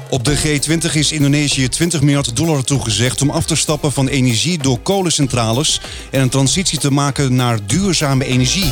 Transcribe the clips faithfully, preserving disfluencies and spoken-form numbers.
Op de G twintig is Indonesië twintig miljard dollar toegezegd om af te stappen van energie door kolencentrales en een transitie te maken naar duurzame energie.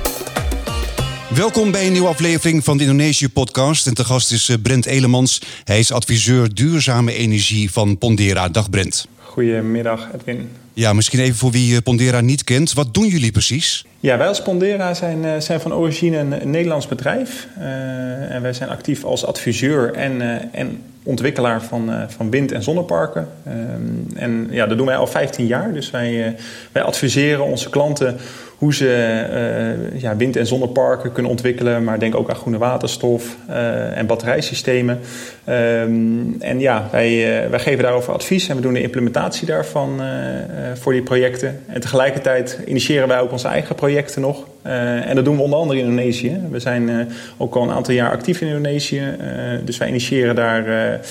Welkom bij een nieuwe aflevering van de Indonesië-podcast. En te gast is Brent Elemans. Hij is adviseur duurzame energie van Pondera. Dag Brent. Goedemiddag Edwin. Ja, misschien even voor wie Pondera niet kent. Wat doen jullie precies? Ja, wij als Pondera zijn, zijn van origine een, een Nederlands bedrijf. Uh, en wij zijn actief als adviseur en, uh, en ontwikkelaar van, uh, van wind- en zonneparken. Uh, en ja, dat doen wij al vijftien jaar. Dus wij, uh, wij adviseren onze klanten hoe ze uh, ja, wind- en zonneparken kunnen ontwikkelen. Maar denk ook aan groene waterstof uh, en batterijsystemen. Um, en ja, wij, uh, wij geven daarover advies en we doen de implementatie daarvan uh, uh, voor die projecten. En tegelijkertijd initiëren wij ook onze eigen projecten nog. Uh, en dat doen we onder andere in Indonesië. We zijn uh, ook al een aantal jaar actief in Indonesië. Uh, dus wij initiëren daar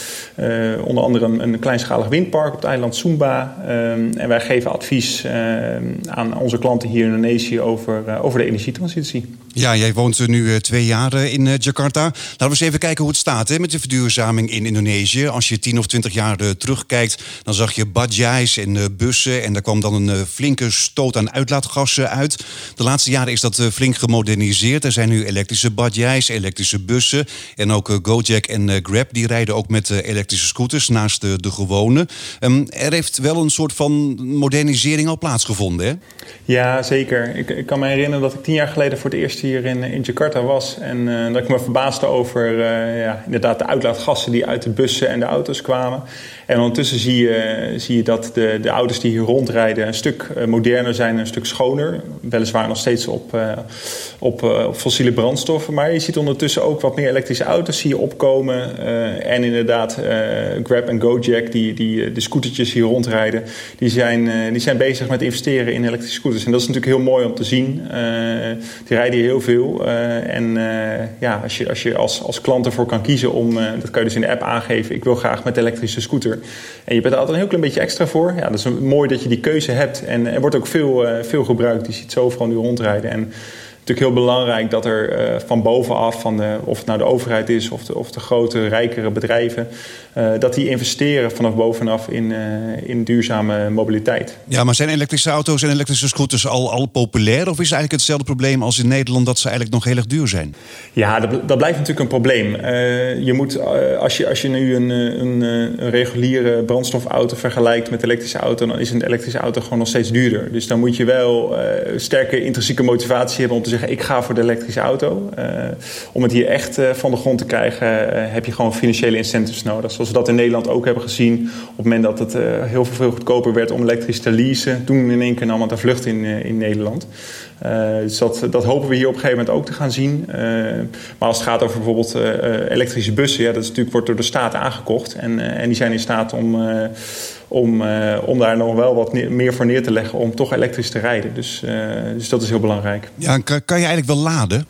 uh, uh, onder andere een, een kleinschalig windpark op het eiland Sumba. Uh, en wij geven advies uh, aan onze klanten hier in Indonesië over, uh, over de energietransitie. Ja, jij woont nu uh, twee jaar uh, in uh, Jakarta. Laten we eens even kijken hoe het staat hè, met de verduurzaming in Indonesië. Als je tien of twintig jaar uh, terugkijkt, dan zag je bajais en uh, bussen. En daar kwam dan een uh, flinke stoot aan uitlaatgassen uit. De laatste jaren is dat uh, flink gemoderniseerd. Er zijn nu elektrische bajais, elektrische bussen. En ook uh, Gojek en uh, Grab, die rijden ook met uh, elektrische scooters naast uh, de gewone. Um, er heeft wel een soort van modernisering al plaatsgevonden, hè? Ja, zeker. Ik, ik kan me herinneren dat ik tien jaar geleden voor het eerst hier in, in Jakarta was. En uh, dat ik me verbaasde over uh, ja, inderdaad de uitlaatgassen die uit de bussen en de auto's kwamen. En ondertussen zie je, zie je dat de, de auto's die hier rondrijden een stuk moderner zijn en een stuk schoner. Weliswaar nog steeds op, uh, op, uh, op fossiele brandstoffen. Maar je ziet ondertussen ook wat meer elektrische auto's hier opkomen. Uh, en inderdaad, uh, Grab en Gojek, die, die de scootertjes hier rondrijden, die zijn, uh, die zijn bezig met investeren in elektrische scooters. En dat is natuurlijk heel mooi om te zien. Uh, die rijden hier heel veel. Uh, en uh, ja, als je, als je als, als klant ervoor kan kiezen om, uh, dat kan je dus in de app aangeven, ik wil graag met de elektrische scooter. En je bent er altijd een heel klein beetje extra voor. Ja, dat is mooi dat je die keuze hebt. En er wordt ook veel, uh, veel gebruikt. Je ziet zo overal nu rondrijden. En natuurlijk heel belangrijk dat er uh, van bovenaf, van de, of het nou de overheid is of de, of de grote, rijkere bedrijven, uh, dat die investeren vanaf bovenaf in, uh, in duurzame mobiliteit. Ja, maar zijn elektrische auto's en elektrische scooters al, al populair? Of is het eigenlijk hetzelfde probleem als in Nederland, dat ze eigenlijk nog heel erg duur zijn? Ja, dat, dat blijft natuurlijk een probleem. Uh, je moet, uh, als, je, als je nu een, een, een reguliere brandstofauto vergelijkt met een elektrische auto, dan is een elektrische auto gewoon nog steeds duurder. Dus dan moet je wel uh, sterke intrinsieke motivatie hebben om te zeggen, ik ga voor de elektrische auto. Uh, om het hier echt uh, van de grond te krijgen, uh, heb je gewoon financiële incentives nodig. Zoals we dat in Nederland ook hebben gezien. Op het moment dat het uh, heel veel, veel goedkoper werd om elektrisch te leasen, toen in één keer nam het een vlucht in, uh, in Nederland. Uh, dus dat, dat hopen we hier op een gegeven moment ook te gaan zien. Uh, maar als het gaat over bijvoorbeeld uh, elektrische bussen, ja, dat is natuurlijk, wordt door de staat aangekocht. En, uh, en die zijn in staat om, uh, om, uh, om daar nog wel wat ne- meer voor neer te leggen om toch elektrisch te rijden. Dus, uh, dus dat is heel belangrijk. Ja, kan, kan je eigenlijk wel laden?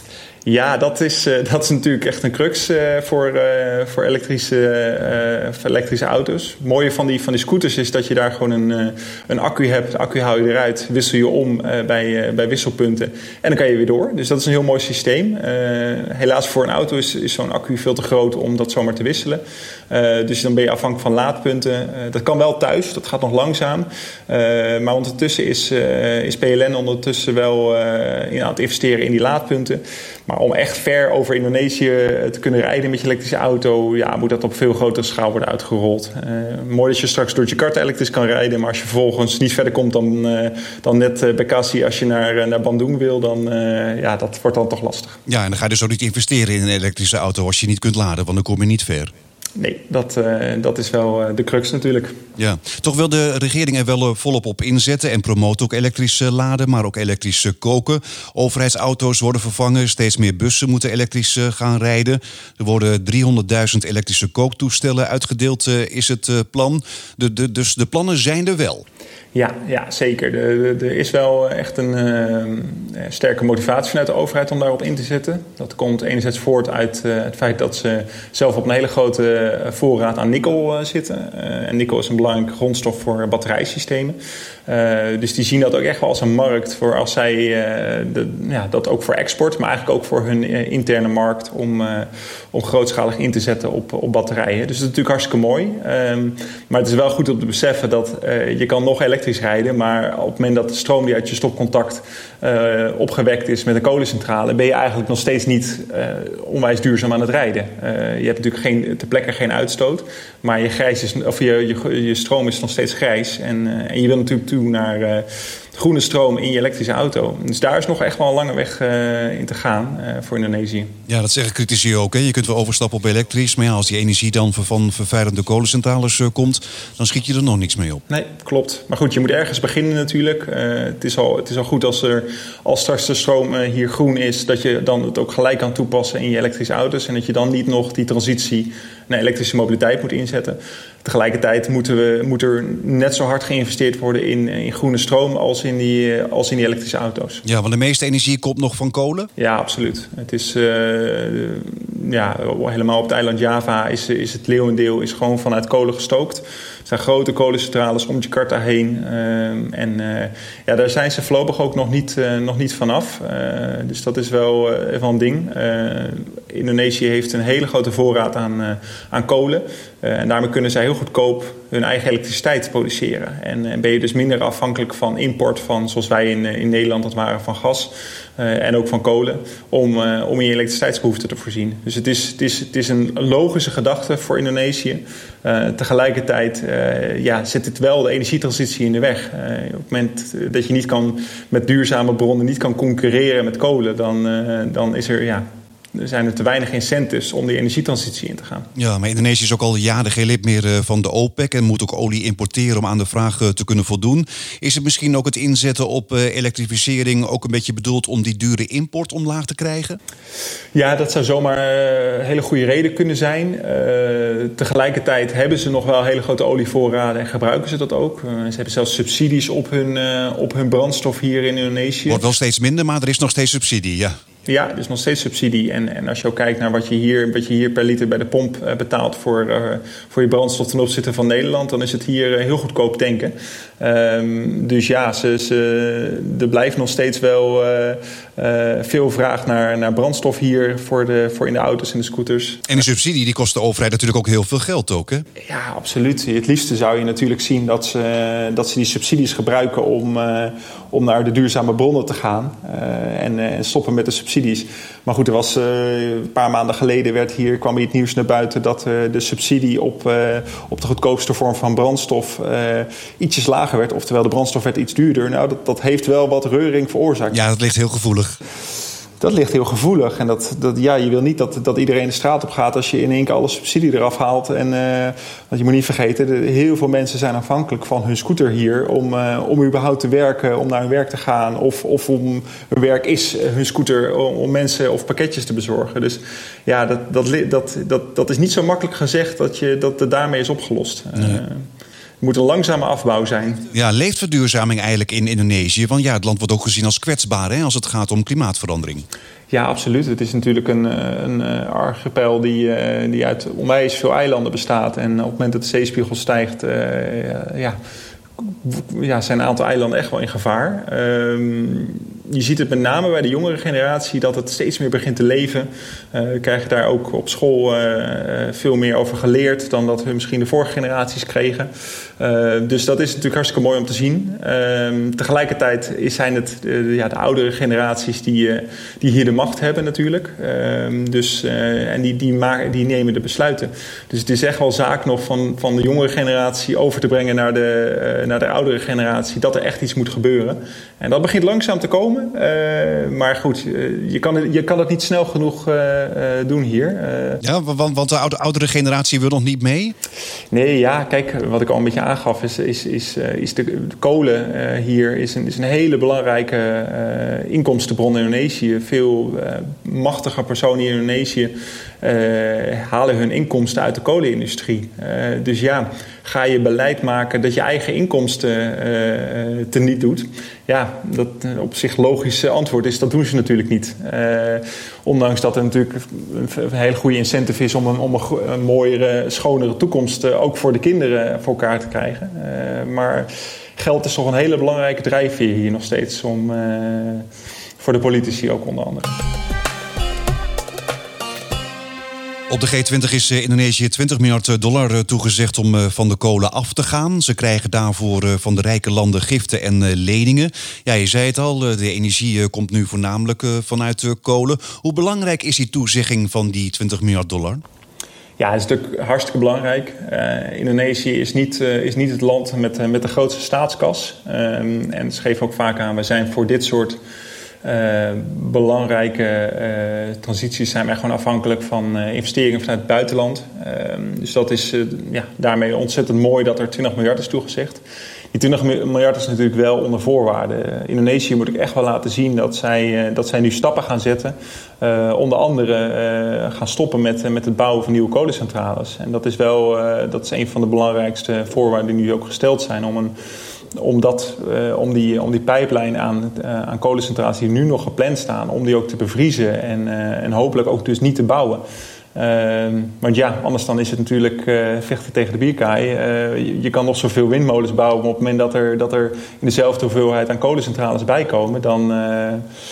Ja, dat is, uh, dat is natuurlijk echt een crux uh, voor, uh, voor, elektrische, uh, voor elektrische auto's. Het mooie van die, van die scooters is dat je daar gewoon een, uh, een accu hebt. De accu haal je eruit, wissel je om uh, bij, uh, bij wisselpunten en dan kan je weer door. Dus dat is een heel mooi systeem. Uh, helaas voor een auto is, is zo'n accu veel te groot om dat zomaar te wisselen. Uh, dus dan ben je afhankelijk van laadpunten. Uh, dat kan wel thuis, dat gaat nog langzaam. Uh, maar ondertussen is, uh, is P L N ondertussen wel uh, in aan het investeren in die laadpunten. Maar om echt ver over Indonesië te kunnen rijden met je elektrische auto, ja, moet dat op veel grotere schaal worden uitgerold. Uh, mooi dat je straks door Jakarta elektrisch kan rijden, maar als je vervolgens niet verder komt dan, uh, dan net uh, Bekasi als je naar, uh, naar Bandung wil, dan uh, ja, dat wordt dan toch lastig. Ja, en dan ga je dus ook niet investeren in een elektrische auto als je niet kunt laden, want dan kom je niet ver. Nee, dat, uh, dat is wel uh, de crux natuurlijk. Ja, toch wil de regering er wel uh, volop op inzetten en promoten ook elektrisch uh, laden, maar ook elektrisch uh, koken. Overheidsauto's worden vervangen, steeds meer bussen moeten elektrisch uh, gaan rijden. Er worden driehonderdduizend elektrische kooktoestellen uitgedeeld, uh, is het uh, plan. De, de, dus de plannen zijn er wel. Ja, ja, zeker. Er is wel echt een uh, sterke motivatie vanuit de overheid om daarop in te zetten. Dat komt enerzijds voort uit uh, het feit dat ze zelf op een hele grote voorraad aan nikkel uh, zitten. Uh, en nikkel is een belangrijke grondstof voor batterijsystemen. Uh, dus die zien dat ook echt wel als een markt voor als zij uh, de, ja, dat ook voor export, maar eigenlijk ook voor hun uh, interne markt om, uh, om grootschalig in te zetten op, op batterijen. Dus dat is natuurlijk hartstikke mooi. Um, maar het is wel goed om te beseffen dat uh, je kan nog elektrisch rijden, maar op het moment dat de stroom die uit je stopcontact uh, opgewekt is met een kolencentrale, ben je eigenlijk nog steeds niet uh, onwijs duurzaam aan het rijden. Uh, je hebt natuurlijk geen, ter plekke geen uitstoot, maar je, grijs is, of je, je, je stroom is nog steeds grijs. En, uh, en je wil natuurlijk toe naar uh, groene stroom in je elektrische auto. Dus daar is nog echt wel een lange weg uh, in te gaan uh, voor Indonesië. Ja, dat zeggen critici ook. Hè? Je kunt wel overstappen op elektrisch, maar ja, als die energie dan van vervuilende kolencentrales uh, komt, dan schiet je er nog niks mee op. Nee, klopt. Maar goed, je moet ergens beginnen natuurlijk. Uh, het, is al, het is al goed als er als straks de stroom uh, hier groen is, dat je dan het ook gelijk kan toepassen in je elektrische auto's en dat je dan niet nog die transitie naar elektrische mobiliteit moet inzetten. Tegelijkertijd moeten we, moet er net zo hard geïnvesteerd worden in, in groene stroom als in, die, als in die elektrische auto's. Ja, want de meeste energie komt nog van kolen? Ja, absoluut. Het is uh, ja, helemaal op het eiland Java is, is het leeuwendeel is gewoon vanuit kolen gestookt. Er zijn grote kolencentrales om Jakarta heen. Uh, en uh, ja, daar zijn ze voorlopig ook nog niet, uh, nog niet vanaf. Uh, dus dat is wel, uh, wel een ding. Uh, Indonesië heeft een hele grote voorraad aan, uh, aan kolen. Uh, en daarmee kunnen zij heel goedkoop hun eigen elektriciteit produceren. En uh, ben je dus minder afhankelijk van import van, zoals wij in, in Nederland dat waren, van gas. Uh, en ook van kolen, om, uh, om in je elektriciteitsbehoeften te voorzien. Dus het is, het is, het is een logische gedachte voor Indonesië. Uh, tegelijkertijd uh, ja, zet het wel de energietransitie in de weg. Uh, op het moment dat je niet kan met duurzame bronnen niet kan concurreren met kolen, dan, uh, dan is er, ja, er zijn er te weinig incentives om die energietransitie in te gaan. Ja, maar Indonesië is ook al jaren geen lid meer van de OPEC en moet ook olie importeren om aan de vraag te kunnen voldoen. Is het misschien ook het inzetten op elektrificering ook een beetje bedoeld om die dure import omlaag te krijgen? Ja, dat zou zomaar een hele goede reden kunnen zijn. Uh, tegelijkertijd hebben ze nog wel hele grote olievoorraden en gebruiken ze dat ook. Uh, ze hebben zelfs subsidies op hun, uh, op hun brandstof hier in Indonesië. Wordt wel steeds minder, maar er is nog steeds subsidie, ja. Ja, er is nog steeds subsidie. En, en als je ook kijkt naar wat je hier, wat je hier per liter bij de pomp uh, betaalt voor, uh, voor je brandstof ten opzichte van Nederland, dan is het hier uh, heel goedkoop tanken. Um, dus ja, ze, ze, er blijft nog steeds wel uh, uh, veel vraag naar, naar brandstof hier voor, de, voor in de auto's en de scooters. En de subsidie die kost de overheid natuurlijk ook heel veel geld ook, hè? Ja, absoluut. Het liefste zou je natuurlijk zien dat ze, dat ze die subsidies gebruiken om, uh, om naar de duurzame bronnen te gaan uh, en, uh, en stoppen met de subsidies. Maar goed, er was, uh, een paar maanden geleden werd hier, kwam hier het nieuws naar buiten dat uh, de subsidie op, uh, op de goedkoopste vorm van brandstof uh, ietsjes lager werd. Oftewel, de brandstof werd iets duurder. Nou, dat, dat heeft wel wat reuring veroorzaakt. Ja, dat ligt heel gevoelig. Dat ligt heel gevoelig. En dat, dat, ja, je wil niet dat, dat iedereen de straat op gaat als je in één keer alle subsidie eraf haalt. En, uh, want je moet niet vergeten, de, heel veel mensen zijn afhankelijk van hun scooter hier om, uh, om überhaupt te werken, om naar hun werk te gaan. Of, of om hun werk is hun scooter om, om mensen of pakketjes te bezorgen. Dus ja, dat, dat, dat, dat, dat is niet zo makkelijk gezegd dat, je, dat het daarmee is opgelost. Nee. Uh, Het moet een langzame afbouw zijn. Ja, leeft verduurzaming eigenlijk in Indonesië? Want ja, het land wordt ook gezien als kwetsbaar, hè, als het gaat om klimaatverandering. Ja, absoluut. Het is natuurlijk een, een archipel die, die uit onwijs veel eilanden bestaat. En op het moment dat de zeespiegel stijgt, uh, ja, ja, zijn een aantal eilanden echt wel in gevaar. Um, je ziet het met name bij de jongere generatie dat het steeds meer begint te leven. Uh, we krijgen daar ook op school uh, veel meer over geleerd dan dat we misschien de vorige generaties kregen. Uh, dus dat is natuurlijk hartstikke mooi om te zien. Uh, tegelijkertijd zijn het uh, ja, de oudere generaties die, uh, die hier de macht hebben natuurlijk. Uh, dus, uh, en die, die, maken, die nemen de besluiten. Dus het is echt wel zaak nog van, van de jongere generatie over te brengen naar de, uh, naar de oudere generatie. Dat er echt iets moet gebeuren. En dat begint langzaam te komen. Uh, maar goed, uh, je, kan het, je kan het niet snel genoeg uh, uh, doen hier. Uh, ja, want, want de oude, oudere generatie wil nog niet mee? Nee, ja, kijk, wat ik al een beetje aangaf is, is, is, uh, is de, de kolen uh, hier is een, is een hele belangrijke uh, inkomstenbron in Indonesië. Veel uh, machtige personen in Indonesië uh, halen hun inkomsten uit de kolenindustrie. Uh, dus ja, ga je beleid maken dat je eigen inkomsten uh, teniet doet. Ja, dat uh, op zich logische antwoord is, dat doen ze natuurlijk niet. Uh, ondanks dat er natuurlijk een hele goede incentive is om een, om een, een mooiere, schonere toekomst uh, ook voor de kinderen voor elkaar te krijgen. Uh, maar geld is toch een hele belangrijke drijfveer hier nog steeds om, uh, voor de politici ook onder andere. Op de G twintig is Indonesië twintig miljard dollar toegezegd om van de kolen af te gaan. Ze krijgen daarvoor van de rijke landen giften en leningen. Ja, je zei het al, de energie komt nu voornamelijk vanuit kolen. Hoe belangrijk is die toezegging van die twintig miljard dollar? Ja, het is natuurlijk hartstikke belangrijk. Uh, Indonesië is niet, uh, is niet het land met, uh, met de grootste staatskas. Um, en ze geven ook vaak aan, we zijn voor dit soort uh, belangrijke uh, transities zijn wij gewoon afhankelijk van uh, investeringen vanuit het buitenland. Um, dus dat is uh, ja, daarmee ontzettend mooi dat er twintig miljard is toegezegd. Die twintig miljard is natuurlijk wel onder voorwaarden. Indonesië moet ik echt wel laten zien dat zij, dat zij nu stappen gaan zetten. Uh, onder andere uh, gaan stoppen met, met het bouwen van nieuwe kolencentrales. En dat is wel uh, dat is een van de belangrijkste voorwaarden die nu ook gesteld zijn. Om, een, om, dat, uh, om, die, om die pijplijn aan, uh, aan kolencentrales die nu nog gepland staan, om die ook te bevriezen en, uh, en hopelijk ook dus niet te bouwen. Uh, want ja, anders dan is het natuurlijk uh, vechten tegen de bierkaai. Uh, je, je kan nog zoveel windmolens bouwen, maar op het moment dat er, dat er in dezelfde hoeveelheid aan kolencentrales bijkomen, dan, uh,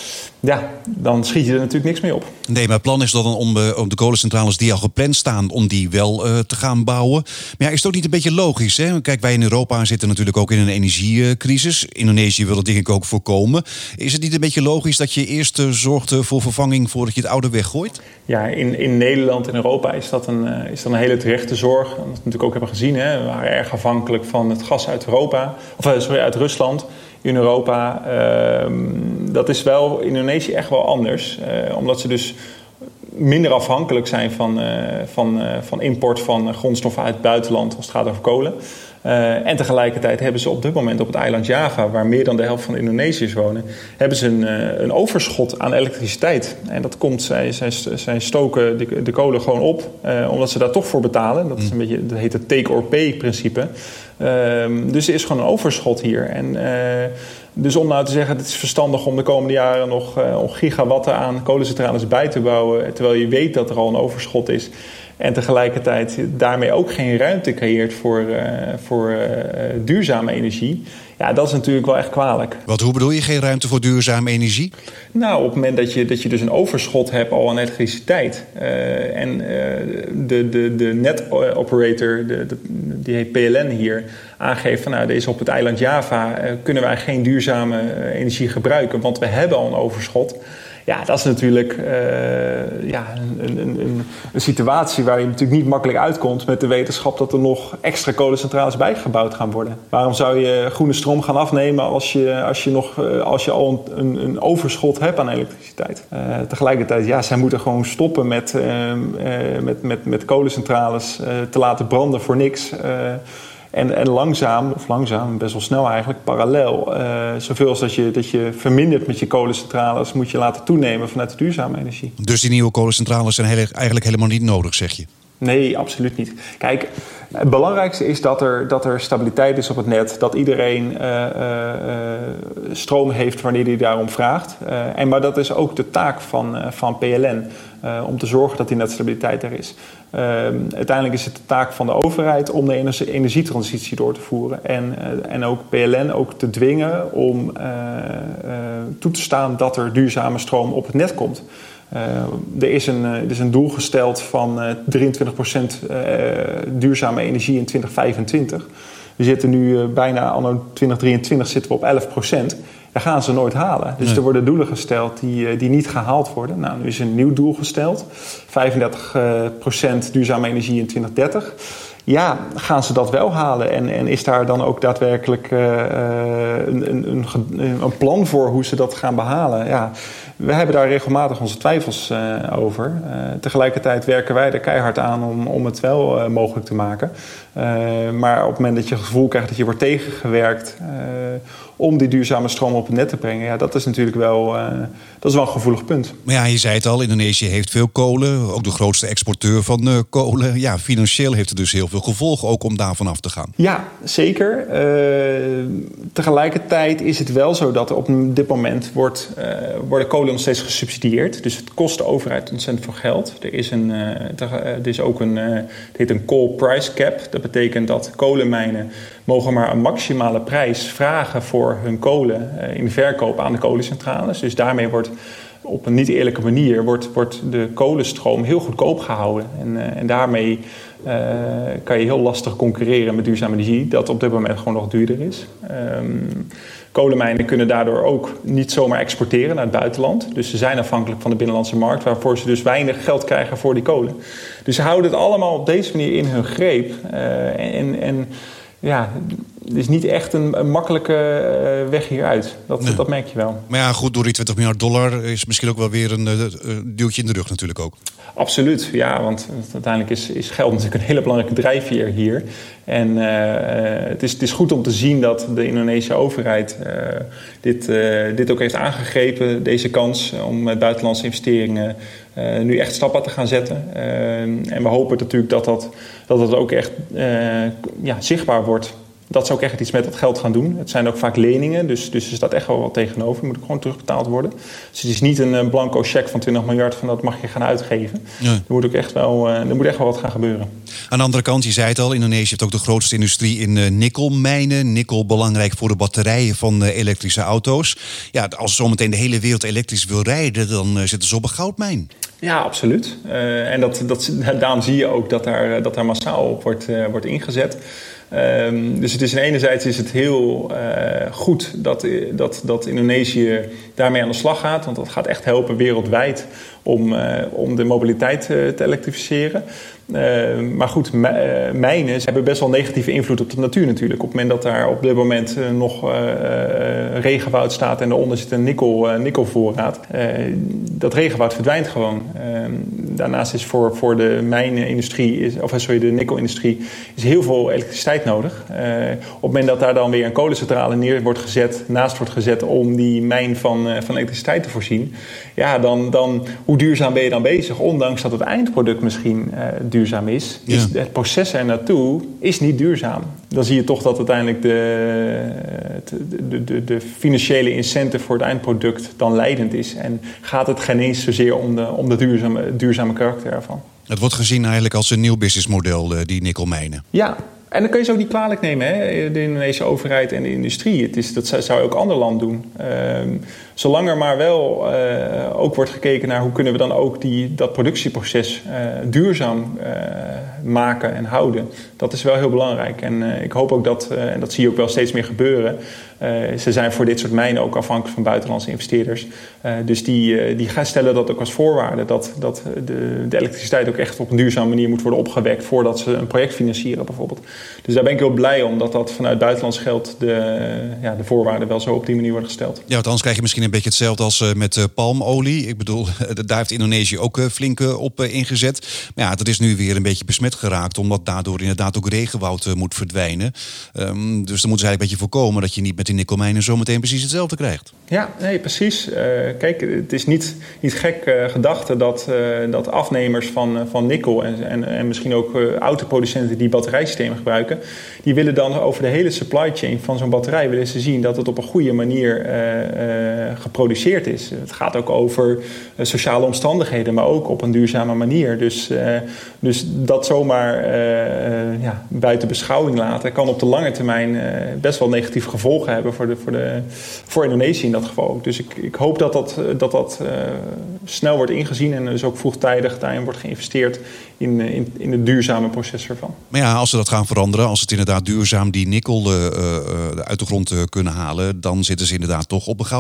ja, dan schiet je er natuurlijk niks mee op. Nee, maar het plan is dan om, uh, om de kolencentrales die al gepland staan, om die wel uh, te gaan bouwen. Maar ja, is het ook niet een beetje logisch? Hè? Kijk, wij in Europa zitten natuurlijk ook in een energiecrisis. Indonesië wil dat denk ik ook voorkomen. Is het niet een beetje logisch dat je eerst uh, zorgt uh, voor vervanging voordat je het oude weggooit? Ja, in, in Nederland en Europa is dat, een, uh, is dat een hele terechte zorg. Dat we natuurlijk ook hebben gezien. Hè? We waren erg afhankelijk van het gas uit Europa, of uh, sorry, uit Rusland. In Europa, uh, dat is wel in Indonesië echt wel anders. Uh, omdat ze dus minder afhankelijk zijn van, uh, van, uh, van import van grondstoffen uit het buitenland als het gaat over kolen. Uh, en tegelijkertijd hebben ze op dit moment op het eiland Java, waar meer dan de helft van de Indonesiërs wonen, hebben ze een, uh, een overschot aan elektriciteit. En dat komt, zij, zij, zij stoken de, de kolen gewoon op, uh, omdat ze daar toch voor betalen. Dat is een beetje, dat heet het take-or-pay-principe. Uh, dus er is gewoon een overschot hier. En, uh, dus om nou te zeggen, het is verstandig om de komende jaren nog uh, gigawatten aan kolencentrales bij te bouwen, terwijl je weet dat er al een overschot is. En tegelijkertijd daarmee ook geen ruimte creëert voor, uh, voor uh, duurzame energie. Ja, dat is natuurlijk wel echt kwalijk. Wat, hoe bedoel je geen ruimte voor duurzame energie? Nou, op het moment dat je, dat je dus een overschot hebt al aan elektriciteit. Uh, en uh, de, de, de net-operator, de, de, die heet P L N hier, aangeeft van nou, deze op het eiland Java uh, kunnen wij geen duurzame uh, energie gebruiken, want we hebben al een overschot. Ja, dat is natuurlijk uh, ja, een, een, een, een situatie waar je natuurlijk niet makkelijk uitkomt met de wetenschap dat er nog extra kolencentrales bijgebouwd gaan worden. Waarom zou je groene stroom gaan afnemen als je, als je, nog, als je al een, een overschot hebt aan elektriciteit? Uh, tegelijkertijd, ja, zij moeten gewoon stoppen met, uh, uh, met, met, met kolencentrales uh, te laten branden voor niks. Uh, En, en langzaam, of langzaam, best wel snel eigenlijk, parallel. Uh, zoveel als dat je, dat je vermindert met je kolencentrales, moet je laten toenemen vanuit de duurzame energie. Dus die nieuwe kolencentrales zijn heel, eigenlijk helemaal niet nodig, zeg je? Nee, absoluut niet. Kijk, het belangrijkste is dat er, dat er stabiliteit is op het net. Dat iedereen uh, uh, stroom heeft wanneer hij daarom vraagt. Uh, en, maar dat is ook de taak van, uh, van P L N. Uh, om te zorgen dat die netstabiliteit er is. Uh, uiteindelijk is het de taak van de overheid om de energie- energietransitie door te voeren. En, uh, en ook P L N ook te dwingen om uh, uh, toe te staan dat er duurzame stroom op het net komt. Uh, er, is een, uh, er is een doel gesteld van uh, drieëntwintig procent uh, duurzame energie in twintig vijfentwintig. We zitten nu uh, bijna anno twintig drieëntwintig zitten we op elf procent. Daar gaan ze nooit halen. Dus nee. Er worden doelen gesteld die, die niet gehaald worden. Nou, nu is een nieuw doel gesteld. vijfendertig procent duurzame energie in twintig dertig. Ja, gaan ze dat wel halen? En, en is daar dan ook daadwerkelijk uh, een, een, een plan voor hoe ze dat gaan behalen? Ja, We hebben daar regelmatig onze twijfels uh, over. Uh, tegelijkertijd werken wij er keihard aan om, om het wel uh, mogelijk te maken. Uh, maar op het moment dat je het gevoel krijgt dat je wordt tegengewerkt uh, om die duurzame stroom op het net te brengen, ja, dat is natuurlijk wel, uh, dat is wel een gevoelig punt. Maar ja, je zei het al, Indonesië heeft veel kolen, ook de grootste exporteur van uh, kolen. Ja, financieel heeft het dus heel veel gevolgen ook om daarvan af te gaan. Ja, zeker. Uh, tegelijkertijd is het wel zo dat op dit moment wordt, uh, worden kolen nog steeds gesubsidieerd. Dus het kost de overheid ontzettend veel geld. Er is, een, uh, er is ook een, uh, het heet een coal price cap. Dat betekent dat kolenmijnen mogen maar een maximale prijs vragen voor hun kolen uh, in de verkoop aan de kolencentrales. Dus daarmee wordt op een niet eerlijke manier wordt, wordt de kolenstroom heel goedkoop gehouden. En, uh, en daarmee uh, kan je heel lastig concurreren met duurzame energie, dat op dit moment gewoon nog duurder is. Um, kolenmijnen kunnen daardoor ook niet zomaar exporteren naar het buitenland. Dus ze zijn afhankelijk van de binnenlandse markt, waarvoor ze dus weinig geld krijgen voor die kolen. Dus ze houden het allemaal op deze manier in hun greep. Uh, en, en ja, het is niet echt een, een makkelijke uh, weg hieruit. Dat, nee. dat merk je wel. Maar ja, goed, door die twintig miljard dollar is misschien ook wel weer een uh, duwtje in de rug natuurlijk ook. Absoluut, ja, want uiteindelijk is, is geld natuurlijk een hele belangrijke drijfveer hier. En uh, het, is, het is goed om te zien dat de Indonesische overheid uh, dit, uh, dit ook heeft aangegrepen, deze kans om met buitenlandse investeringen uh, nu echt stappen te gaan zetten. Uh, en we hopen natuurlijk dat dat, dat, dat ook echt uh, ja, zichtbaar wordt. Dat ze ook echt iets met dat geld gaan doen. Het zijn ook vaak leningen, dus, dus er staat echt wel wat tegenover. Moet ook gewoon terugbetaald worden. Dus het is niet een blanco cheque van twintig miljard van dat mag je gaan uitgeven. Ja. Er moet ook echt wel, er moet echt wel wat gaan gebeuren. Aan de andere kant, je zei het al, Indonesië heeft ook de grootste industrie in uh, nikkelmijnen. Nikkel belangrijk voor de batterijen van uh, elektrische auto's. Ja, als zometeen de hele wereld elektrisch wil rijden, dan uh, zitten ze op een goudmijn. Ja, absoluut. Uh, en dat, dat, daarom zie je ook dat daar, dat daar massaal op wordt, uh, wordt ingezet. Um, dus het is enerzijds is het heel uh, goed dat, dat, dat Indonesië daarmee aan de slag gaat. Want dat gaat echt helpen wereldwijd om, uh, om de mobiliteit uh, te elektrificeren. Uh, maar goed, uh, mijnen hebben best wel negatieve invloed op de natuur natuurlijk. Op het moment dat daar op dit moment uh, nog uh, uh, regenwoud staat en daaronder zit een nikkel, uh, nikkelvoorraad. Uh, dat regenwoud verdwijnt gewoon. Uh, daarnaast is voor, voor de mijnenindustrie, is, of sorry, de nikkelindustrie, is heel veel elektriciteit nodig. Uh, op het moment dat daar dan weer een kolencentrale neer wordt gezet, naast wordt gezet om die mijn van, uh, van elektriciteit te voorzien. Ja, dan, dan hoe duurzaam ben je dan bezig? Ondanks dat het eindproduct misschien uh, duurzaam is, ja. is het proces er naartoe is niet duurzaam. Dan zie je toch dat uiteindelijk de, de, de, de financiële incentive voor het eindproduct dan leidend is. En gaat het geen eens zozeer om de, om de duurzame, duurzame karakter ervan. Het wordt gezien eigenlijk als een nieuw businessmodel, die nikkelmijnen. Ja. En dan kun je ze ook niet kwalijk nemen, hè? De Indonesische overheid en de industrie. Het is, dat zou elk ander land doen. Uh, zolang er maar wel uh, ook wordt gekeken naar hoe kunnen we dan ook die, dat productieproces uh, duurzaam uh, maken en houden. Dat is wel heel belangrijk. En uh, ik hoop ook dat, uh, en dat zie je ook wel steeds meer gebeuren. Uh, ze zijn voor dit soort mijnen ook afhankelijk van buitenlandse investeerders. Uh, dus die, uh, die gaan stellen dat ook als voorwaarde. Dat, dat de, de elektriciteit ook echt op een duurzame manier moet worden opgewekt voordat ze een project financieren bijvoorbeeld. Dus daar ben ik heel blij om dat dat vanuit buitenlands geld de, ja, de voorwaarden wel zo op die manier worden gesteld. Ja, want anders krijg je misschien een beetje hetzelfde als uh, met uh, palmolie. Ik bedoel, daar heeft Indonesië ook uh, flink uh, op uh, ingezet. Maar ja, dat is nu weer een beetje besmet geraakt, omdat daardoor inderdaad ook regenwoud uh, moet verdwijnen. Um, dus dan moeten ze eigenlijk een beetje voorkomen dat je niet met die nikkelmijnen zometeen precies hetzelfde krijgt. Ja, nee, precies. Uh, kijk, het is niet, niet gek uh, gedachte dat, uh, dat afnemers van, uh, van nikkel en, en, en misschien ook uh, autoproducenten die batterijsystemen gebruiken, die willen dan over de hele supply chain van zo'n batterij willen ze zien dat het op een goede manier uh, uh, geproduceerd is. Het gaat ook over uh, sociale omstandigheden, maar ook op een duurzame manier. Dus, uh, dus dat zomaar uh, uh, ja, buiten beschouwing laten kan op de lange termijn uh, best wel negatieve gevolgen hebben voor, de, voor, de, voor Indonesië in dat geval ook. Dus ik, ik hoop dat dat, dat, dat uh, snel wordt ingezien en dus ook vroegtijdig daarin wordt geïnvesteerd in, in, in het duurzame proces ervan. Maar ja, als ze dat gaan veranderen, als het inderdaad duurzaam die nikkel uh, uh, uit de grond uh, kunnen halen, dan zitten ze inderdaad toch op een goudmijn.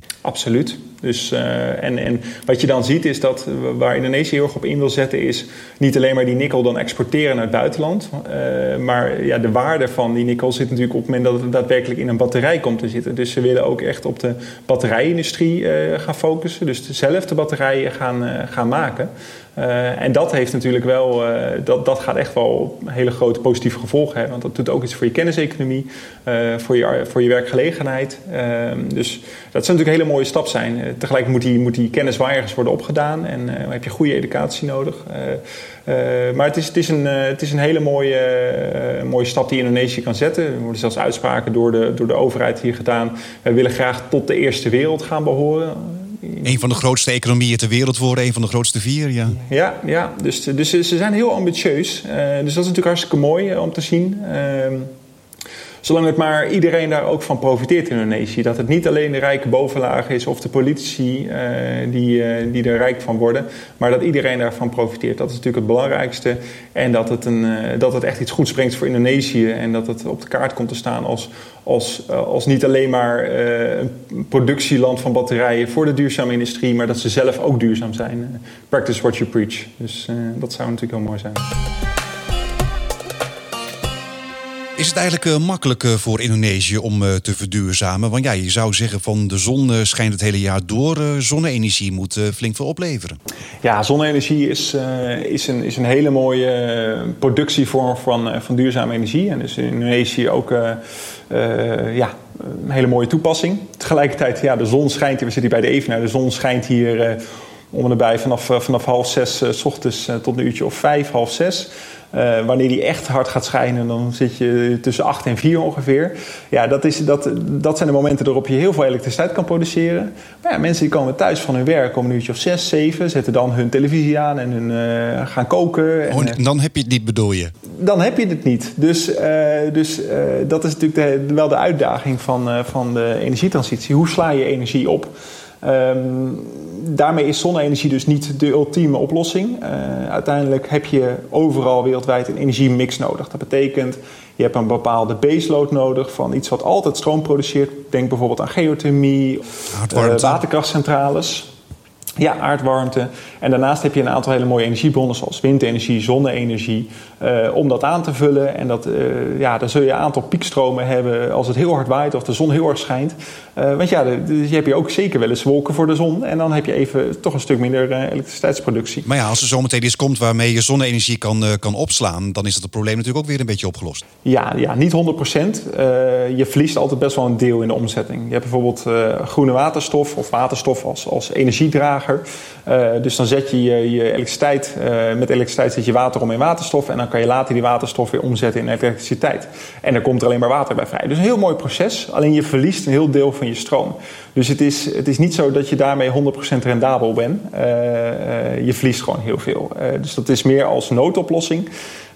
Absoluut. Dus, uh, en, en wat je dan ziet is dat waar Indonesië heel erg op in wil zetten is niet alleen maar die nikkel dan exporteren naar het buitenland. Uh, maar ja, de waarde van die nikkel zit natuurlijk op het moment dat het daadwerkelijk in een batterij komt te zitten. Dus ze willen ook echt op de batterijindustrie uh, gaan focussen. Dus zelf de batterijen gaan, uh, gaan maken. Uh, en dat heeft natuurlijk wel, uh, dat, dat gaat echt wel hele grote positieve gevolgen hebben. Want dat doet ook iets voor je kenniseconomie, uh, voor, je, voor je werkgelegenheid. Uh, dus dat zou natuurlijk een hele mooie stap zijn. Uh, tegelijk moet die, moet die kennis wel ergens worden opgedaan en uh, heb je goede educatie nodig. Uh, uh, maar het is, het, is een, uh, het is een hele mooie, uh, mooie stap die Indonesië kan zetten. Er worden zelfs uitspraken door de, door de overheid hier gedaan. Wij willen graag tot de eerste wereld gaan behoren. Een van de grootste economieën ter wereld worden, een van de grootste vier, ja. Ja, ja dus, dus ze zijn heel ambitieus. Uh, dus dat is natuurlijk hartstikke mooi uh, om te zien. Uh, zolang het maar iedereen daar ook van profiteert in Indonesië. Dat het niet alleen de rijke bovenlaag is of de politici uh, die, uh, die er rijk van worden. Maar dat iedereen daarvan profiteert. Dat is natuurlijk het belangrijkste. En dat het, een, uh, dat het echt iets goeds brengt voor Indonesië. En dat het op de kaart komt te staan als, als, uh, als niet alleen maar uh, een productieland van batterijen voor de duurzame industrie. Maar dat ze zelf ook duurzaam zijn. Uh, practice what you preach. Dus uh, dat zou natuurlijk heel mooi zijn. Is het eigenlijk uh, makkelijk uh, voor Indonesië om uh, te verduurzamen? Want ja, je zou zeggen van de zon uh, schijnt het hele jaar door. Uh, zonne-energie moet uh, flink veel opleveren. Ja, zonne-energie is, uh, is, een, is een hele mooie productievorm van, uh, van duurzame energie. En dus in Indonesië ook uh, uh, ja, een hele mooie toepassing. Tegelijkertijd, ja, de zon schijnt hier. We zitten hier bij de Evenaar. De zon schijnt hier uh, om en erbij vanaf, uh, vanaf half zes uh, 's ochtends uh, tot een uurtje of vijf, half zes. Uh, wanneer die echt hard gaat schijnen, dan zit je tussen acht en vier ongeveer. Ja, dat, is, dat, dat zijn de momenten waarop je heel veel elektriciteit kan produceren. Maar ja, mensen die komen thuis van hun werk om een uurtje of zes, zeven, zetten dan hun televisie aan en hun, uh, gaan koken. En, oh, dan heb je het niet, bedoel je? Dan heb je het niet. Dus, uh, dus uh, dat is natuurlijk de, wel de uitdaging van, uh, van de energietransitie. Hoe sla je energie op? Um, daarmee is zonne-energie dus niet de ultieme oplossing. Uh, uiteindelijk heb je overal wereldwijd een energiemix nodig. Dat betekent, je hebt een bepaalde baseload nodig van iets wat altijd stroom produceert. Denk bijvoorbeeld aan geothermie, uh, waterkrachtcentrales. Ja, aardwarmte. En daarnaast heb je een aantal hele mooie energiebronnen zoals windenergie, zonne-energie. Uh, om dat aan te vullen. En dat, uh, ja, dan zul je een aantal piekstromen hebben als het heel hard waait of de zon heel erg schijnt. Uh, want ja, de, de, je hebt hier ook zeker wel eens wolken voor de zon. En dan heb je even toch een stuk minder uh, elektriciteitsproductie. Maar ja, als er zometeen iets komt waarmee je zonne-energie kan, uh, kan opslaan, dan is dat het probleem natuurlijk ook weer een beetje opgelost. Ja, ja niet honderd procent. Uh, je verliest altijd best wel een deel in de omzetting. Je hebt bijvoorbeeld uh, groene waterstof of waterstof als, als energiedrager. Uh, dus dan zet je je, je elektriciteit, uh, met elektriciteit zet je water om in waterstof en dan kan je later die waterstof weer omzetten in elektriciteit. En dan komt er alleen maar water bij vrij. Dus een heel mooi proces, alleen je verliest een heel deel van je stroom. Dus het is, het is niet zo dat je daarmee honderd procent rendabel bent. Uh, uh, je verliest gewoon heel veel. Uh, dus dat is meer als noodoplossing.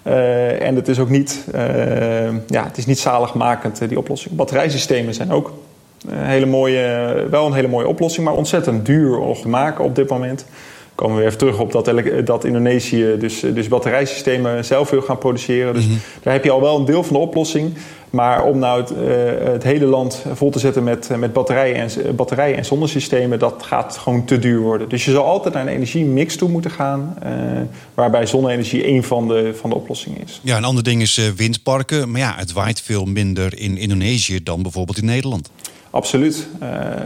Uh, en het is ook niet, uh, ja, het is niet zaligmakend, uh, die oplossing. Batterijsystemen zijn ook Een hele mooie, wel een hele mooie oplossing, maar ontzettend duur om te maken op dit moment. Komen we weer even terug op dat, dat Indonesië dus, dus batterijsystemen zelf wil gaan produceren. Dus mm-hmm. daar heb je al wel een deel van de oplossing. Maar om nou het, uh, het hele land vol te zetten met, met batterijen en, batterijen en zonnesystemen, dat gaat gewoon te duur worden. Dus je zal altijd naar een energiemix toe moeten gaan, uh, waarbij zonne-energie één van de, van de oplossingen is. Ja, een ander ding is uh, windparken. Maar ja, het waait veel minder in Indonesië dan bijvoorbeeld in Nederland. Absoluut. Uh,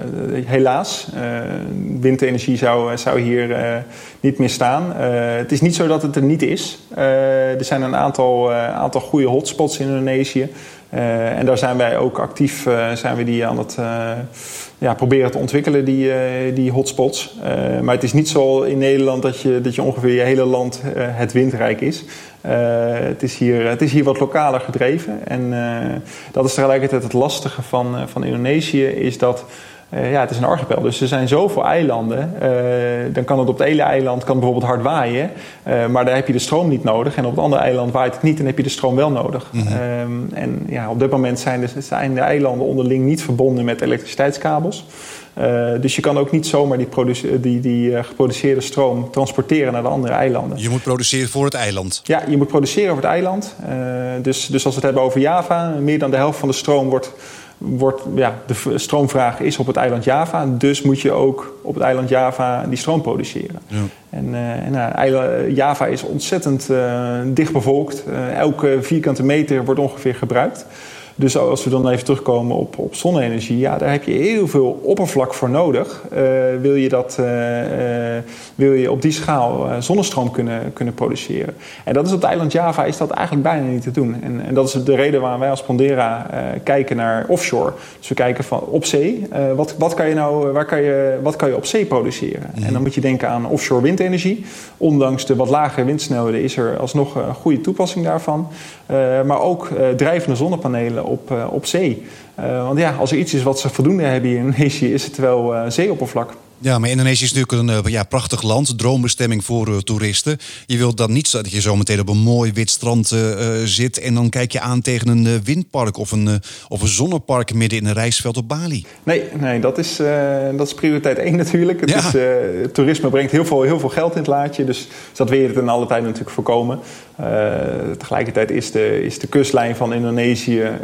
helaas. Uh, windenergie zou, zou hier uh, niet meer staan. Uh, het is niet zo dat het er niet is. Uh, er zijn een aantal, uh, aantal goede hotspots in Indonesië. Uh, en daar zijn wij ook actief uh, zijn we die aan het uh, ja, proberen te ontwikkelen, die, uh, die hotspots. Uh, maar het is niet zo in Nederland dat je, dat je ongeveer je hele land uh, het windrijk is. Uh, het, is hier, het is hier wat lokaler gedreven. En uh, dat is tegelijkertijd het lastige van, uh, van Indonesië, is dat Uh, ja, het is een archipel, dus er zijn zoveel eilanden. Uh, dan kan het op het ene eiland kan bijvoorbeeld hard waaien, uh, maar daar heb je de stroom niet nodig. En op het andere eiland waait het niet en heb je de stroom wel nodig. Mm-hmm. Uh, en ja, op dit moment zijn de, zijn de eilanden onderling niet verbonden met elektriciteitskabels. Uh, dus je kan ook niet zomaar die, produce- die, die uh, geproduceerde stroom transporteren naar de andere eilanden. Je moet produceren voor het eiland? Ja, je moet produceren voor het eiland. Uh, dus, dus als we het hebben over Java, meer dan de helft van de stroom wordt wordt, ja, de stroomvraag is op het eiland Java. Dus moet je ook op het eiland Java die stroom produceren. Ja. En, uh, en uh, Java is ontzettend uh, dicht bevolkt. Uh, elke vierkante meter wordt ongeveer gebruikt. Dus als we dan even terugkomen op, op zonne-energie, ja, daar heb je heel veel oppervlak voor nodig. Uh, wil, je dat, uh, uh, wil je op die schaal uh, zonnestroom kunnen, kunnen produceren. En dat is op het eiland Java is dat eigenlijk bijna niet te doen. En, en dat is de reden waarom wij als Pondera uh, kijken naar offshore. Dus we kijken van op zee, uh, wat, wat, kan je nou, waar kan je, wat kan je op zee produceren? Mm-hmm. En dan moet je denken aan offshore windenergie. Ondanks de wat lagere windsnelheden is er alsnog een goede toepassing daarvan. Uh, maar ook uh, drijvende zonnepanelen op, uh, op zee. Uh, want ja, als er iets is wat ze voldoende hebben hier in Indonesië, is het wel uh, zeeoppervlak. Ja, maar Indonesië is natuurlijk een uh, ja, prachtig land, droombestemming voor uh, toeristen. Je wilt dan niet dat je zo meteen op een mooi wit strand uh, zit en dan kijk je aan tegen een uh, windpark of een, uh, of een zonnepark midden in een rijstveld op Bali. Nee, nee dat, is, uh, dat is prioriteit één natuurlijk. Het ja. is, uh, toerisme brengt heel veel, heel veel geld in het laadje, dus dat wil je ten alle tijde natuurlijk voorkomen. Uh, tegelijkertijd is de, is de kustlijn van Indonesië uh,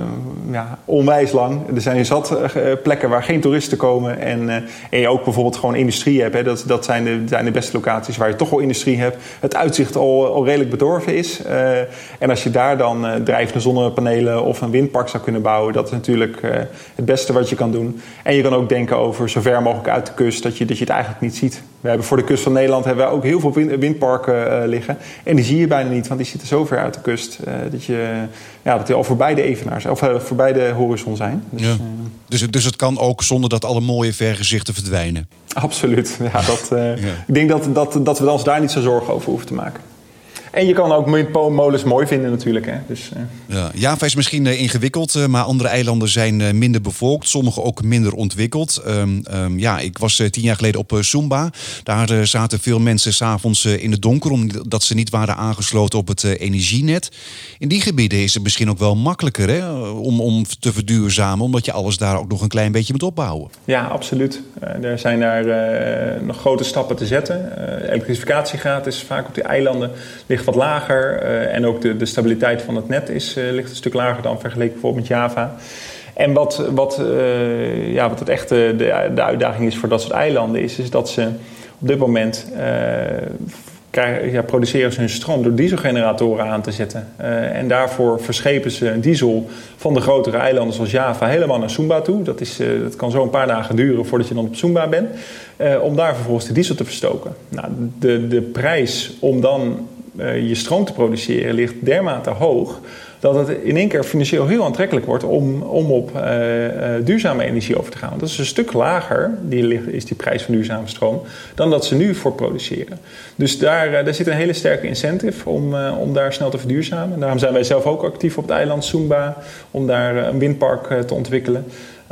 ja, onwijs lang. Er zijn zat uh, plekken waar geen toeristen komen en, uh, en je ook bijvoorbeeld gewoon industrie hebt. Hè. Dat, dat zijn, de, zijn de beste locaties waar je toch al industrie hebt. Het uitzicht al, al redelijk bedorven is. Uh, en als je daar dan uh, drijvende zonnepanelen of een windpark zou kunnen bouwen, dat is natuurlijk uh, het beste wat je kan doen. En je kan ook denken over zo ver mogelijk uit de kust, dat je, dat je het eigenlijk niet ziet. We hebben voor de kust van Nederland hebben we ook heel veel wind, windparken uh, liggen. En die zie je bijna niet, want die zitten zo ver uit de kust uh, dat je ja, dat die al voorbij de evenaars of uh, voorbij de horizon zijn. Dus, ja. uh, dus, dus het kan ook zonder dat alle mooie vergezichten verdwijnen. Absoluut. Ja, dat, uh, ja. Ik denk dat, dat, dat we ons daar niet zo zorgen over hoeven te maken. En je kan ook windmolens mooi vinden natuurlijk. Hè. Dus, uh. ja, Java is misschien uh, ingewikkeld, uh, maar andere eilanden zijn uh, minder bevolkt. Sommige ook minder ontwikkeld. Um, um, ja, ik was uh, tien jaar geleden op uh, Sumba. Daar uh, zaten veel mensen 's avonds uh, in het donker, omdat ze niet waren aangesloten op het uh, energienet. In die gebieden is het misschien ook wel makkelijker hè, om, om te verduurzamen, omdat je alles daar ook nog een klein beetje moet opbouwen. Ja, absoluut. Uh, er zijn daar uh, nog grote stappen te zetten. Uh, elektrificatiegraad is vaak op die eilanden ligt wat lager uh, en ook de, de stabiliteit van het net is, uh, ligt een stuk lager dan vergeleken bijvoorbeeld met Java. En wat, wat, uh, ja, wat het echt de, de uitdaging is voor dat soort eilanden is, is dat ze op dit moment uh, krijgen, ja, produceren ze hun stroom door dieselgeneratoren aan te zetten. Uh, en daarvoor verschepen ze diesel van de grotere eilanden zoals Java helemaal naar Sumba toe. Dat, is, uh, dat kan zo een paar dagen duren voordat je dan op Sumba bent. Uh, om daar vervolgens de diesel te verstoken. Nou, de, de prijs om dan uh, je stroom te produceren ligt dermate hoog dat het in één keer financieel heel aantrekkelijk wordt om, om op uh, uh, duurzame energie over te gaan. Dat is een stuk lager, die is die prijs van duurzame stroom, dan dat ze nu voor produceren. Dus daar, uh, daar zit een hele sterke incentive om, uh, om daar snel te verduurzamen. En daarom zijn wij zelf ook actief op het eiland Sumba, om daar uh, een windpark uh, te ontwikkelen.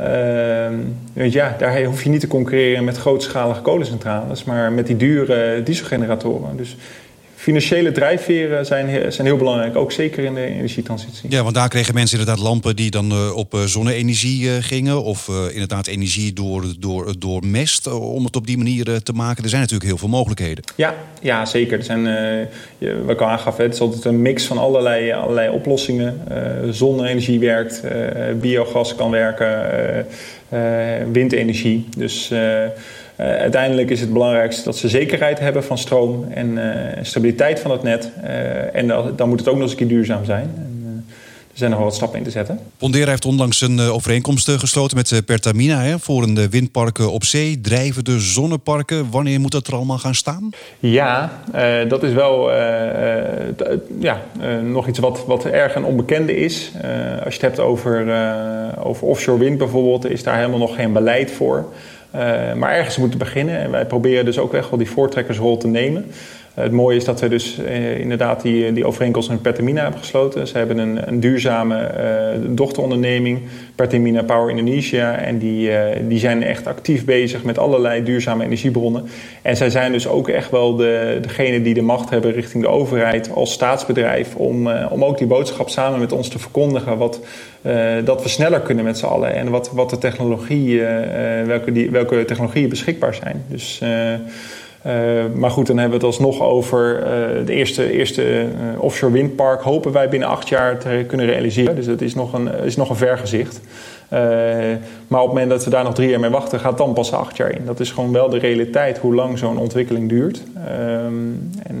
Uh, ja, daar hoef je niet te concurreren met grootschalige kolencentrales, maar met die dure dieselgeneratoren. Dus financiële drijfveren zijn, zijn heel belangrijk, ook zeker in de energietransitie. Ja, want daar kregen mensen inderdaad lampen die dan uh, op uh, zonne-energie uh, gingen. Of uh, inderdaad energie door, door, door mest, uh, om het op die manier uh, te maken. Er zijn natuurlijk heel veel mogelijkheden. Ja, ja zeker. Er zijn, uh, wat ik al aangaf, het is altijd een mix van allerlei, allerlei oplossingen. Uh, zonne-energie werkt, uh, biogas kan werken, uh, uh, windenergie. Dus Uh, Uh, uiteindelijk is het belangrijkste dat ze zekerheid hebben van stroom en uh, stabiliteit van het net. Uh, en dan, dan moet het ook nog eens een keer duurzaam zijn. En, uh, er zijn nog wel wat stappen in te zetten. Pondera heeft onlangs een uh, overeenkomst uh, gesloten met uh, Pertamina hè, voor een uh, windpark uh, op zee, drijvende zonneparken. Wanneer moet dat er allemaal gaan staan? Ja, uh, dat is wel uh, uh, t- ja, uh, nog iets wat, wat erg een onbekende is. Uh, als je het hebt over, uh, over offshore wind bijvoorbeeld, is daar helemaal nog geen beleid voor. Uh, maar ergens moeten beginnen en wij proberen dus ook echt wel die voortrekkersrol te nemen. Uh, het mooie is dat we dus uh, inderdaad die, die overeenkomst met Pertamina hebben gesloten. Ze hebben een, een duurzame uh, dochteronderneming, Pertamina Power Indonesia. En die, uh, die zijn echt actief bezig met allerlei duurzame energiebronnen. En zij zijn dus ook echt wel de, degene die de macht hebben richting de overheid als staatsbedrijf om, uh, om ook die boodschap samen met ons te verkondigen. Wat, uh, dat we sneller kunnen met z'n allen en wat, wat de technologie, uh, welke, die, welke technologieën beschikbaar zijn. Dus Uh, Uh, maar goed, dan hebben we het alsnog over uh, de eerste, eerste uh, offshore windpark. Hopen wij binnen acht jaar te kunnen realiseren. Dus dat is nog een, is nog een vergezicht. maar op het moment dat we daar nog drie jaar mee wachten, gaat dan pas acht jaar in. Dat is gewoon wel de realiteit hoe lang zo'n ontwikkeling duurt. Uh, en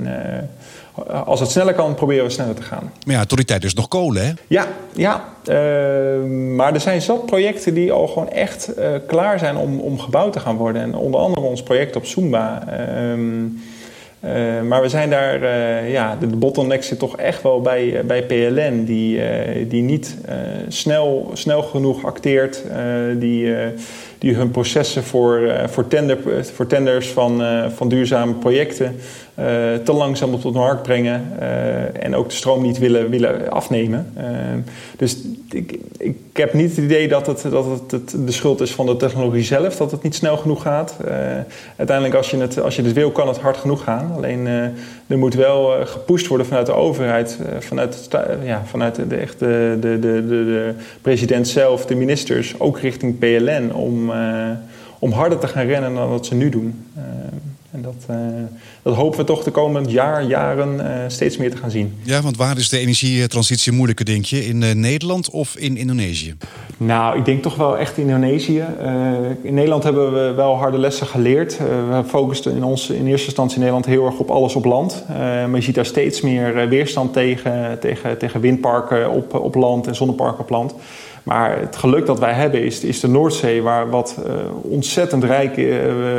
uh, als het sneller kan, proberen we sneller te gaan. Maar ja, tot die tijd is nog kolen, hè? Ja, ja. Uh, maar er zijn zat projecten die al gewoon echt uh, klaar zijn om, om gebouwd te gaan worden. En onder andere ons project op Sumba. Uh, Uh, maar we zijn daar, uh, ja, de, de bottleneck zit toch echt wel bij, uh, bij P L N, die, uh, die niet uh, snel, snel genoeg acteert, uh, die, uh, die hun processen voor, uh, voor, tender, voor tenders van, uh, van duurzame projecten uh, te langzaam op de markt brengen uh, en ook de stroom niet willen, willen afnemen. Uh, dus ik, ik heb niet het idee dat het, dat het, het de schuld is van de technologie zelf, dat het niet snel genoeg gaat. Uh, uiteindelijk, als je, het, als je het wil, kan het hard genoeg gaan. Alleen uh, er moet wel uh, gepusht worden vanuit de overheid, uh, vanuit, uh, ja, vanuit de, echt de, de, de, de, de president zelf, de ministers, ook richting P L N, om, uh, om harder te gaan rennen dan wat ze nu doen. Uh, en dat, uh, dat hopen we toch de komende jaar, jaren uh, steeds meer te gaan zien. Ja, want waar is de energietransitie moeilijker, denk je? In uh, Nederland of in Indonesië? Nou, ik denk toch wel echt Indonesië. Uh, in Nederland hebben we wel harde lessen geleerd. Uh, we focusten in, ons, in eerste instantie in Nederland heel erg op alles op land. Uh, maar je ziet daar steeds meer weerstand tegen, tegen, tegen windparken op, op land en zonneparken op land. Maar het geluk dat wij hebben is, is de Noordzee, waar wat uh, ontzettend rijke uh,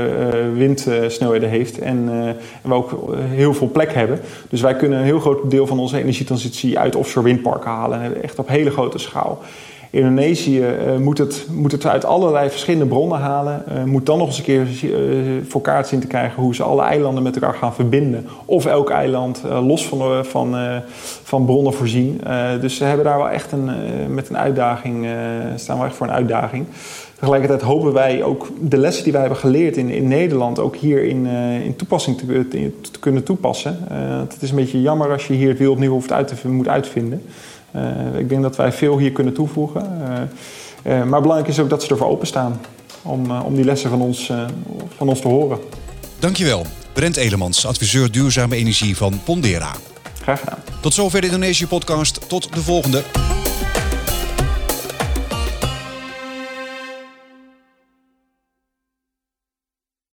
windsnelheden heeft. En, uh, en we ook heel veel plek hebben. Dus wij kunnen een heel groot deel van onze energietransitie uit offshore windparken halen. Echt op hele grote schaal. Indonesië uh, moet, het, moet het uit allerlei verschillende bronnen halen. Uh, moet dan nog eens een keer uh, voor elkaar zien te krijgen hoe ze alle eilanden met elkaar gaan verbinden. Of elk eiland uh, los van, uh, van, uh, van bronnen voorzien. Uh, dus ze hebben daar wel echt een, uh, met een uitdaging, uh, staan we echt voor een uitdaging. Tegelijkertijd hopen wij ook de lessen die wij hebben geleerd in, in Nederland ook hier in, uh, in toepassing te, te, te kunnen toepassen. Uh, het is een beetje jammer als je hier het wiel opnieuw hoeft uit te, moet uitvinden. Uh, ik denk dat wij veel hier kunnen toevoegen. Uh, uh, maar belangrijk is ook dat ze ervoor openstaan om, uh, om die lessen van ons, uh, van ons te horen. Dankjewel. Brent Elemans, adviseur duurzame energie van Pondera. Graag gedaan. Tot zover de Indonesië-podcast. Tot de volgende.